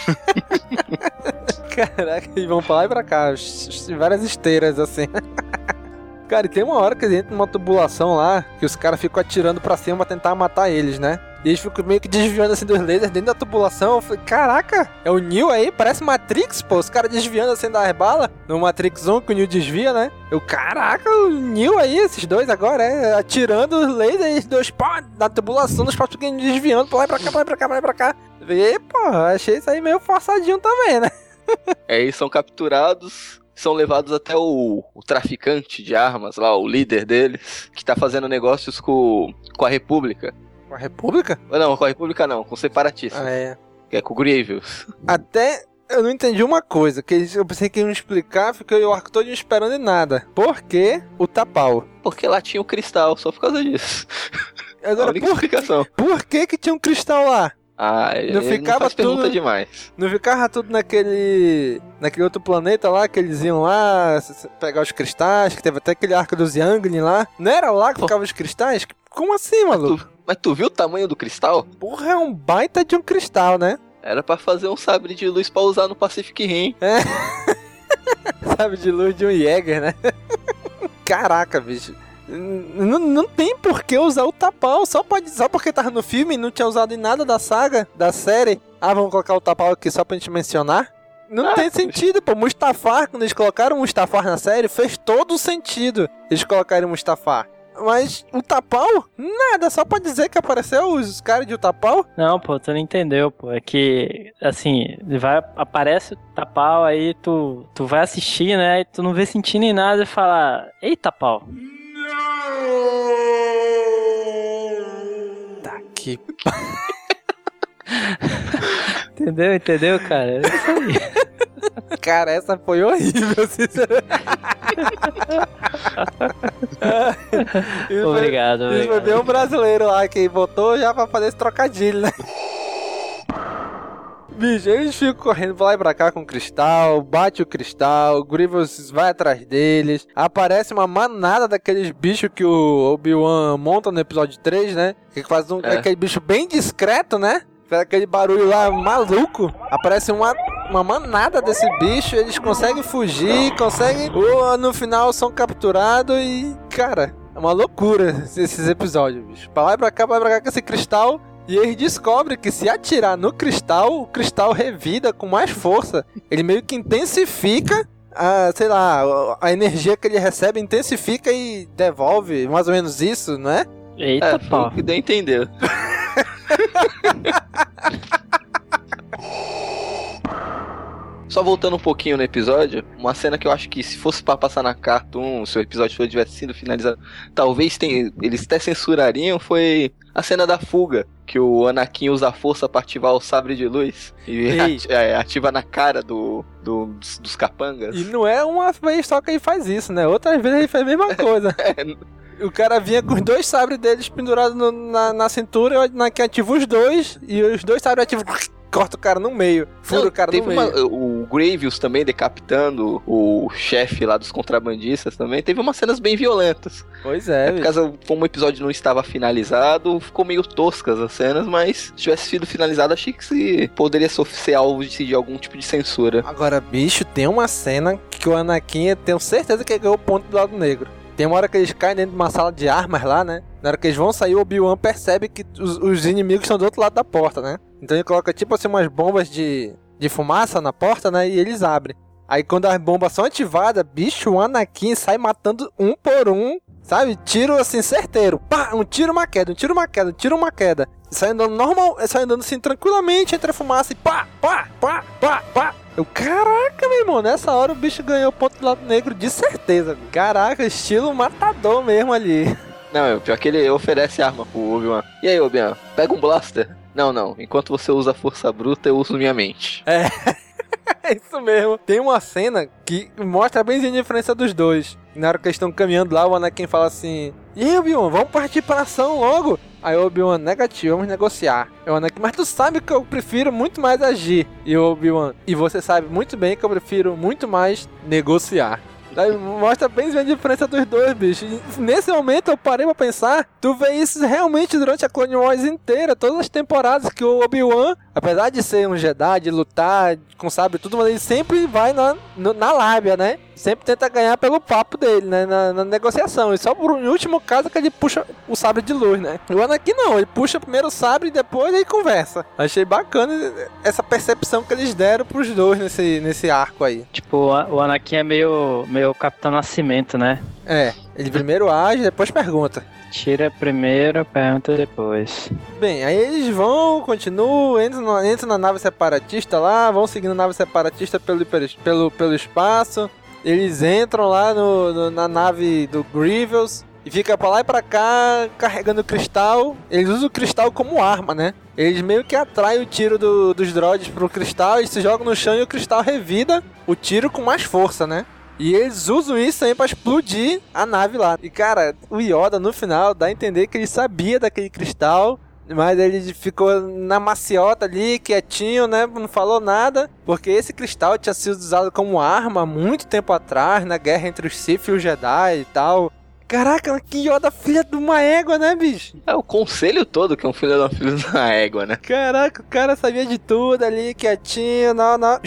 J: Caraca, eles vão pra lá e pra cá. Várias esteiras, assim. Cara, e tem uma hora que eles entram numa tubulação lá, que os caras ficam atirando pra cima pra tentar matar eles, né? E eles ficam meio que desviando assim dos lasers dentro da tubulação. Eu falei, caraca, é o Neo aí? Parece Matrix, pô. Os caras desviando assim das balas. No Matrix um que o Neo desvia, né? Eu, caraca, o Neo aí, esses dois agora, é, atirando os lasers, os dois, pô, na tubulação, os patos desviando pra lá e pra cá, pra lá e pra cá, pra lá e pra cá. E, pô, achei isso aí meio forçadinho também, né?
L: Aí eles são capturados... São levados até o, o traficante de armas lá, o líder deles, que tá fazendo negócios com, com a República.
J: Com a República?
L: Não, com a República não, com o separatista.
J: Ah, é.
L: Que é com o Grievous.
J: Até eu não entendi uma coisa, que eles, eu pensei que iam explicar, fiquei o arco todo esperando e nada. Por que o Tapau?
L: Porque lá tinha o cristal, só por causa disso.
J: Agora,
L: a única
J: por,
L: explicação.
J: Por que que tinha um cristal lá?
L: Ah,
J: não ficava
L: não faz
J: tudo,
L: pergunta demais.
J: Não ficava tudo naquele naquele outro planeta lá, que eles iam lá pegar os cristais, que teve até aquele arco dos Younglin lá. Não era lá que ficavam os cristais? Como assim, maluco?
L: Mas tu, mas tu viu o tamanho do cristal?
J: Porra, é um baita de um cristal, né?
L: Era pra fazer um sabre de luz pra usar no Pacific Rim.
J: É. Sabre de luz de um Jäger, né? Caraca, bicho. Não, não tem por que usar o Tapau, só, pode, só porque tava no filme e não tinha usado em nada da saga, da série. Ah, vamos colocar o Tapau aqui só pra gente mencionar? Não ah, tem sentido, pô. Mustafar, quando eles colocaram o Mustafar na série, fez todo o sentido eles colocarem o Mustafar. Mas o Tapau, nada, só pra dizer que apareceu os caras de o Tapau.
K: Não, pô, tu não entendeu, pô. É que, assim, vai, aparece o Tapau, aí tu, tu vai assistir, né? E tu não vê sentindo em nada e fala, ei, Tapau.
J: Tá aqui.
K: Entendeu? Entendeu, cara? É isso aí.
J: Cara, essa foi horrível, sinceramente.
K: Obrigado,
J: foi,
K: obrigado.
J: Isso foi bem um brasileiro lá que botou já pra fazer esse trocadilho, né? Bicho, eles ficam correndo pra lá e pra cá com o cristal, bate o cristal, o Grievous vai atrás deles, aparece uma manada daqueles bichos que o Obi-Wan monta no episódio três, né? Que faz um, é. aquele bicho bem discreto, né? Faz aquele barulho lá maluco. Aparece uma, uma manada desse bicho, eles conseguem fugir, conseguem... Uh, no final são capturados e... Cara, é uma loucura esses episódios, bicho. Pra lá e pra cá, pra lá e pra cá com esse cristal... E eles descobrem que se atirar no cristal, o cristal revida com mais força. Ele meio que intensifica a, sei lá, a energia que ele recebe intensifica e devolve, mais ou menos isso, não é?
K: Eita,
L: é,
K: pau.
L: que deu a entender. Só voltando um pouquinho no episódio, uma cena que eu acho que se fosse pra passar na Cartoon, se o episódio tivesse sido finalizado, talvez tem, eles até censurariam, foi a cena da fuga, que o Anakin usa a força pra ativar o sabre de luz e ati- é, ativa na cara do, do, dos, dos capangas.
J: E não é uma vez só que ele faz isso, né? Outras vezes ele faz a mesma coisa. O cara vinha com os dois sabres deles pendurados no, na, na cintura, o Anakin ativa os dois, e os dois sabres ativam... Corta o cara no meio, fura
L: Não,
J: o cara no
L: teve uma,
J: meio.
L: O Grievous também decapitando o chefe lá dos contrabandistas também. Teve umas cenas bem violentas.
J: Pois é,
L: é por causa, como o episódio não estava finalizado, ficou meio toscas as cenas, mas se tivesse sido finalizado, achei que se poderia ser alvo de, de algum tipo de censura.
J: Agora, bicho, tem uma cena que o Anakin, eu tenho certeza que ele ganhou o ponto do lado negro. Tem uma hora que eles caem dentro de uma sala de armas lá, né? Na hora que eles vão sair, o Obi-Wan percebe que os, os inimigos estão do outro lado da porta, né? Então ele coloca tipo assim umas bombas de, de fumaça na porta, né? E eles abrem. Aí quando as bombas são ativadas, bicho, o Anakin sai matando um por um, sabe? Tiro assim, certeiro. Pá, um tiro, uma queda, um tiro, uma queda, um tiro, uma queda. Sai andando normal, sai andando assim tranquilamente entre a fumaça e pá, pá, pá, pá, pá. Eu, caraca, meu irmão, nessa hora o bicho ganhou o ponto do lado negro de certeza. Caraca, estilo matador mesmo ali.
L: Não, pior que ele oferece arma pro Obi-Wan. E aí, Obi-Wan, pega um blaster? Não, não, enquanto você usa a força bruta, eu uso minha mente.
J: É, é isso mesmo. Tem uma cena que mostra bem a diferença dos dois. Na hora que eles estão caminhando lá, o Anakin fala assim: e aí, Obi-Wan, vamos partir pra ação logo? Aí o Obi-Wan, negativo, vamos negociar. É o Anakin, mas tu sabe que eu prefiro muito mais agir. E o Obi-Wan, e você sabe muito bem que eu prefiro muito mais negociar. Aí mostra bem a diferença dos dois, bicho. E nesse momento eu parei pra pensar, tu vê isso realmente durante a Clone Wars inteira, todas as temporadas que o Obi-Wan, apesar de ser um Jedi, de lutar com sabre e tudo, mas ele sempre vai na, no, na lábia, né? Sempre tenta ganhar pelo papo dele, né? Na, na negociação. E só por um último caso que ele puxa o sabre de luz, né? O Anakin não, ele puxa primeiro o sabre e depois ele conversa. Achei bacana essa percepção que eles deram pros dois nesse, nesse arco aí.
K: Tipo, o Anakin é meio, meio Capitão Nascimento, né?
J: É, ele primeiro age, depois pergunta.
K: Tira primeiro, pergunta depois.
J: Bem, aí eles vão, continuam, entram na, entram na nave separatista lá, vão seguindo a nave separatista pelo, pelo, pelo espaço. Eles entram lá no, no, na nave do Grievous e fica pra lá e pra cá carregando o cristal. Eles usam o cristal como arma, né? Eles meio que atraem o tiro do, dos droids pro cristal, eles se jogam no chão e o cristal revida o tiro com mais força, né? E eles usam isso aí pra explodir a nave lá. E cara, o Yoda no final dá a entender que ele sabia daquele cristal, mas ele ficou na maciota ali, quietinho, né? Não falou nada, porque esse cristal tinha sido usado como arma há muito tempo atrás, na guerra entre os Sith e os Jedi e tal. Caraca, que Yoda filha de uma égua, né, bicho?
L: É o conselho todo que é um filho de uma filha de uma égua, né?
J: Caraca, o cara sabia de tudo ali, quietinho, não, não.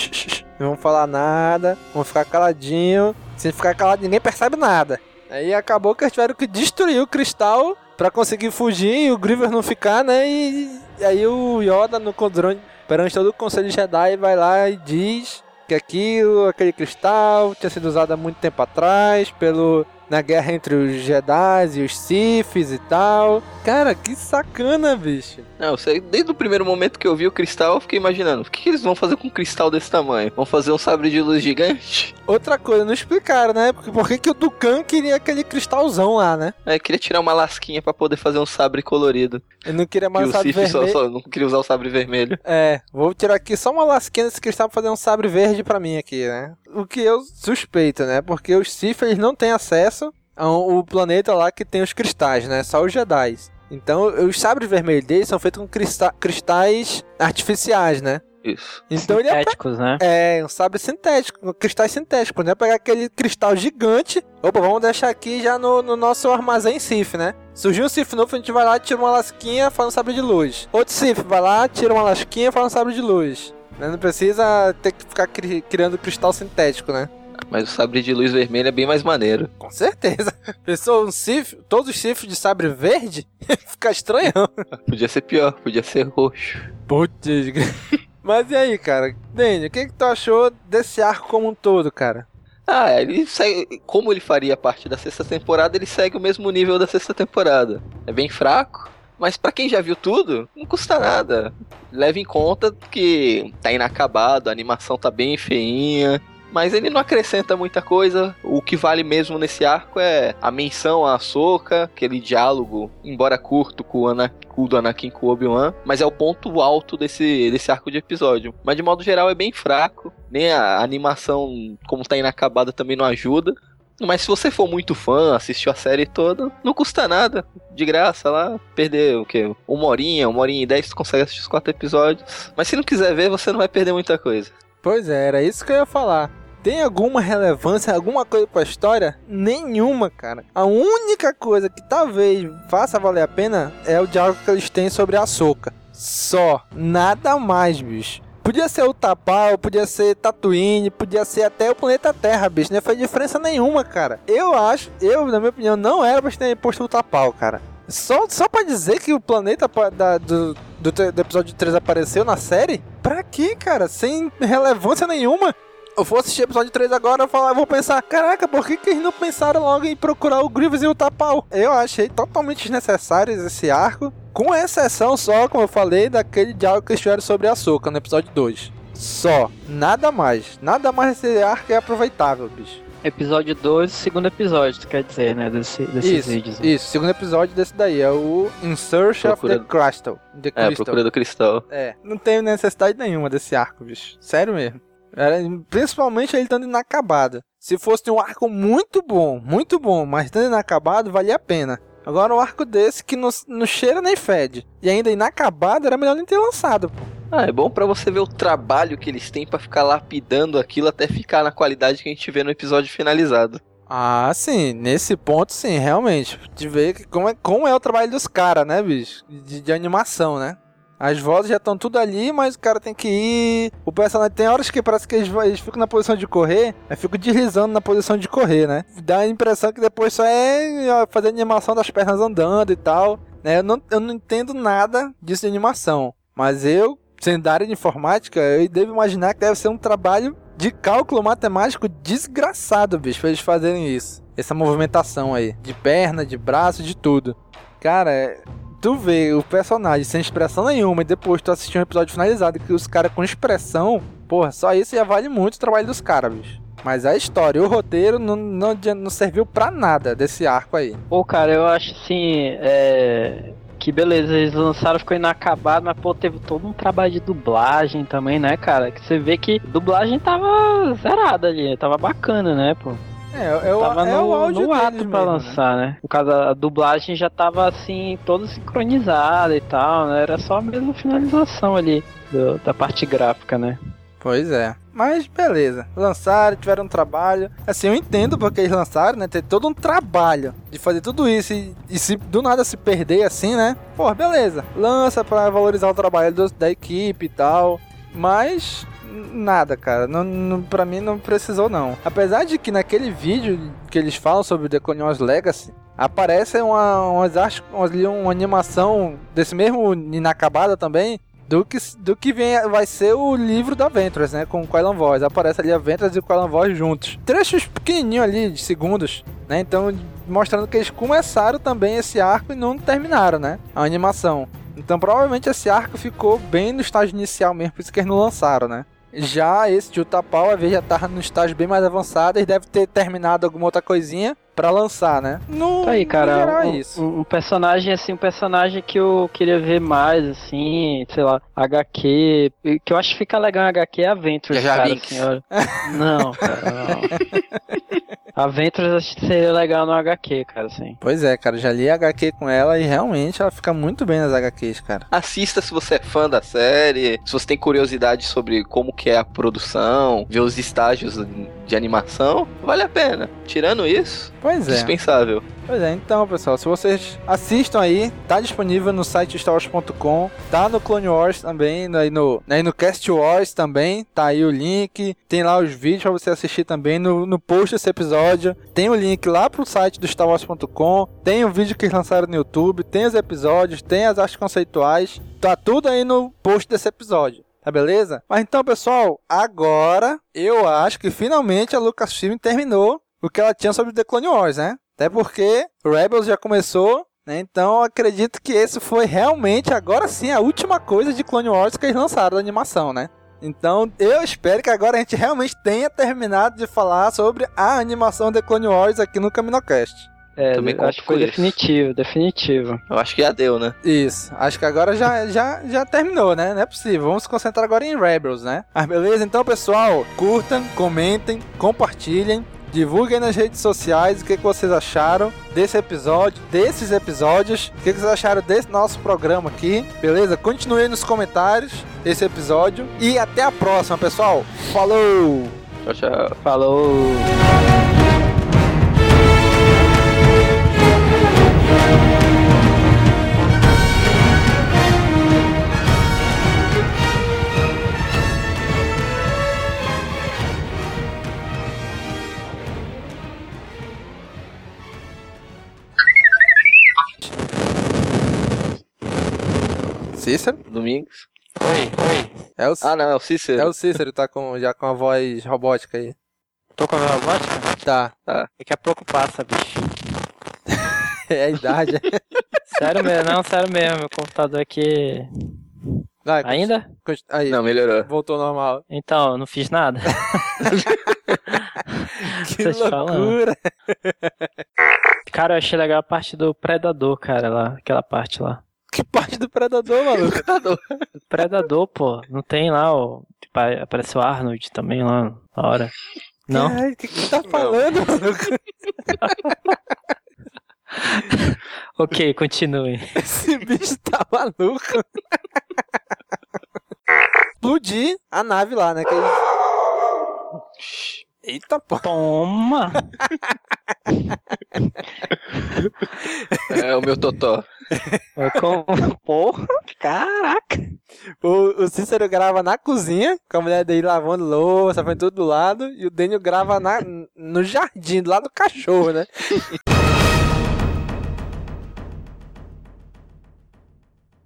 J: Não vamos falar nada, vamos ficar caladinho. Se ficar calado, ninguém percebe nada. Aí acabou que eles tiveram que destruir o cristal pra conseguir fugir e o Grievous não ficar, né? E, e aí o Yoda, no controle, perante todo o Conselho Jedi, vai lá e diz que aquilo, aquele cristal, tinha sido usado há muito tempo atrás pelo... na guerra entre os Jedi e os Siths e tal. Cara, que sacana, bicho.
L: Não, sei, desde o primeiro momento que eu vi o cristal, eu fiquei imaginando, o que, que eles vão fazer com um cristal desse tamanho? Vão fazer um sabre de luz gigante?
J: Outra coisa, não explicaram, né? Porque por que, que o Dukan queria aquele cristalzão lá, né?
L: É, queria tirar uma lasquinha pra poder fazer um sabre colorido.
J: Ele não queria mais
L: o
J: sabre
L: Sith
J: vermelho.
L: Só, só não queria usar o sabre vermelho.
J: É, vou tirar aqui só uma lasquinha desse cristal pra fazer um sabre verde pra mim aqui, né? O que eu suspeito, né? Porque os Sith, eles não têm acesso o planeta lá que tem os cristais, né? Só os Jedi. Então, os sabres vermelhos deles são feitos com crista- cristais artificiais, né?
L: Isso.
J: Então,
K: sintéticos,
J: ele é,
K: né?
J: É, um sabre sintético, cristais sintéticos, né? Pegar aquele cristal gigante. Opa, vamos deixar aqui já no, no nosso armazém Sith, né? Surgiu um Sith novo, a gente vai lá, tira uma lasquinha, faz um sabre de luz. Outro Sith vai lá, tira uma lasquinha, faz um sabre de luz. Não precisa ter que ficar cri- criando cristal sintético, né?
L: Mas o sabre de luz vermelho é bem mais maneiro.
J: Com certeza. Pensou um Sith, todos os Sith de sabre verde? Fica estranhão.
L: Podia ser pior, podia ser roxo.
J: Putz. Mas e aí, cara? Daniel, o que, que tu achou desse arco como um todo, cara?
L: Ah, ele segue, como ele faria parte da sexta temporada, ele segue o mesmo nível da sexta temporada. É bem fraco, mas pra quem já viu tudo, não custa nada. Leve em conta que tá inacabado, a animação tá bem feinha, mas ele não acrescenta muita coisa. O que vale mesmo nesse arco é a menção a Ahsoka, aquele diálogo, embora curto, com o, Ana, com o do Anakin com o Obi-Wan, mas é o ponto alto desse, desse arco de episódio. Mas de modo geral é bem fraco, nem a animação, como tá inacabada, também não ajuda. Mas se você for muito fã, assistiu a série toda, não custa nada, de graça lá, perder o quê? Uma horinha, uma horinha e dez, tu consegue assistir os quatro episódios. Mas se não quiser ver, você não vai perder muita coisa.
J: Pois é, era isso que eu ia falar. Tem alguma relevância, alguma coisa pra história? Nenhuma, cara. A única coisa que talvez faça valer a pena é o diálogo que eles têm sobre a Ahsoka. Só. Nada mais, bicho. Podia ser o Tapau, podia ser Tatooine, podia ser até o planeta Terra, bicho. Não faz diferença nenhuma, cara. Eu acho, eu, na minha opinião, não era pra ter posto o Tapau, cara. Só, só pra dizer que o planeta da, do, do, do episódio três apareceu na série? Pra quê, cara? Sem relevância nenhuma. Eu vou assistir o episódio três agora, eu, falar, eu vou pensar, caraca, por que, que eles não pensaram logo em procurar o Grievous e o Tapau? Eu achei totalmente desnecessário esse arco, com exceção só, como eu falei, daquele diálogo que eles tiveram sobre a Ahsoka no episódio dois. Só, nada mais. Nada mais desse arco é aproveitável, bicho.
K: Episódio dois, segundo episódio, tu quer dizer, né, desse, desses
J: isso,
K: vídeos.
J: Isso, segundo episódio desse daí, é o In Search
L: Procura...
J: of the Crystal. The
L: é,
J: Crystal.
L: Procura do Cristal.
J: É, não tem necessidade nenhuma desse arco, bicho. Sério mesmo. Era, principalmente ele estando inacabado. Se fosse um arco muito bom, muito bom, mas estando inacabado, valia a pena. Agora um arco desse que não, não cheira nem fede, e ainda inacabado, era melhor nem ter lançado, pô.
L: Ah, é bom pra você ver o trabalho que eles têm pra ficar lapidando aquilo até ficar na qualidade que a gente vê no episódio finalizado.
J: Ah, sim, nesse ponto sim, realmente. De ver como é, como é o trabalho dos caras, né, bicho? De, de animação, né? As vozes já estão tudo ali, mas o cara tem que ir. O personagem tem horas que parece que eles, eles ficam na posição de correr, aí ficam deslizando na posição de correr, né? Dá a impressão que depois só é fazer animação das pernas andando e tal, né? Eu não, eu não entendo nada disso de animação, mas eu, sendo da área de informática, eu devo imaginar que deve ser um trabalho de cálculo matemático desgraçado, bicho, pra eles fazerem isso. Essa movimentação aí, de perna, de braço, de tudo. Cara, é... tu vê o personagem sem expressão nenhuma e depois tu assistir um episódio finalizado que os caras com expressão, porra, só isso já vale muito o trabalho dos caras, bicho. Mas a história, o roteiro não, não, não serviu pra nada desse arco aí.
K: Pô, cara, eu acho assim, é... que beleza, eles lançaram, ficou inacabado, mas pô, teve todo um trabalho de dublagem também, né, cara? Que você vê que a dublagem tava zerada ali, tava bacana, né, pô?
J: É, é, o,
K: tava
J: é
K: no,
J: o áudio
K: no ato
J: deles
K: pra
J: mesmo,
K: lançar, né? né? No caso, a dublagem já tava assim, toda sincronizada e tal, né? Era só mesmo a finalização ali do, da parte gráfica, né?
J: Pois é. Mas beleza, lançaram, tiveram um trabalho. Assim, eu entendo porque eles lançaram, né? Ter todo um trabalho de fazer tudo isso e, e se do nada se perder assim, né? Pô, beleza. Lança pra valorizar o trabalho do, da equipe e tal. Mas... nada, cara. Não, não, pra mim não precisou, não. Apesar de que naquele vídeo que eles falam sobre o The Clone Wars Legacy, aparece uma, umas artes, uma animação desse mesmo inacabada também, do que, do que vem, vai ser o livro da Ventress, né? Com o Quinlan Vos. Aparece ali a Ventress e o Quinlan Vos juntos. Trechos pequenininhos ali, de segundos, né? Então, mostrando que eles começaram também esse arco e não terminaram, né? A animação. Então, provavelmente esse arco ficou bem no estágio inicial mesmo, por isso que eles não lançaram, né? Já esse de Utapau, a vez já tava no estágio bem mais avançado, eles devem ter terminado alguma outra coisinha pra lançar, né? No,
K: tá aí, cara,
J: no geral é
K: um,
J: isso.
K: Um, um personagem, assim, um personagem que eu queria ver mais, assim, sei lá, H Q, que eu acho que fica legal em H Q é a Ventress,
L: já
K: cara,
L: vi.
K: assim, olha. Não, cara, não. A Ventress acho que seria legal no H Q, cara, assim.
J: Pois é, cara, já li H Q com ela e realmente ela fica muito bem nas H Qs, cara.
L: Assista se você é fã da série, se você tem curiosidade sobre como que é a produção, ver os estágios de animação, vale a pena. Tirando isso,
J: pois é.
L: Dispensável.
J: Pois é, então, pessoal, se vocês assistam aí, tá disponível no site star wars ponto com, tá no Clone Wars também, aí no, aí no Cast Wars também, tá aí o link, tem lá os vídeos pra você assistir também no, no post desse episódio, tem o link lá pro site do star wars ponto com, tem o vídeo que eles lançaram no YouTube, tem os episódios, tem as artes conceituais, tá tudo aí no post desse episódio. Tá beleza? Mas então, pessoal, agora eu acho que finalmente a Lucasfilm terminou o que ela tinha sobre The Clone Wars, né? Até porque Rebels já começou, né? Então eu acredito que esse foi realmente, agora sim, a última coisa de Clone Wars que eles lançaram da animação, né? Então eu espero que agora a gente realmente tenha terminado de falar sobre a animação de Clone Wars aqui no CaminoCast.
K: É, eu acho que foi definitivo, definitivo.
L: Eu acho que já deu, né?
J: Isso, acho que agora já, já, já terminou, né? Não é possível, vamos se concentrar agora em Rebels, né? Mas beleza, então pessoal, curtam, comentem, compartilhem, divulguem nas redes sociais o que, que vocês acharam desse episódio, desses episódios, o que, que vocês acharam desse nosso programa aqui, beleza? Continuem nos comentários esse episódio e até a próxima, pessoal. Falou!
L: Tchau, tchau.
K: Falou!
J: Cícero?
L: Domingos.
K: Oi, oi.
J: É o...
L: Ah, não, é o Cícero.
J: É o Cícero, tá com, já com a voz robótica aí.
K: Tô com a robótica?
J: Tá.
L: Tá.
K: Daqui a pouco passa, bicho.
J: É a idade.
K: Sério mesmo, não, sério mesmo. Meu computador aqui...
J: Vai,
K: Ainda?
J: Aí,
L: não, melhorou.
J: Voltou normal.
K: Então, eu não fiz nada.
J: Que loucura.
K: Cara, eu achei legal a parte do Predador, cara, lá. Aquela parte lá.
J: Que parte do Predador, maluco?
L: Predador.
K: Predador, pô. Não tem lá, ó. Tipo, aparece o Arnold também lá na hora. Não?
J: O que que tá falando, não. Maluco?
K: Ok, continue.
J: Esse bicho tá maluco. Explodir a nave lá, né? Que... Eita, pô.
K: Toma!
L: É o meu totó.
K: Como? Porra, caraca.
J: O, o Cícero grava na cozinha, com a mulher dele lavando louça, fazendo tudo do lado, e o Daniel grava na, no jardim, do lado do cachorro, né?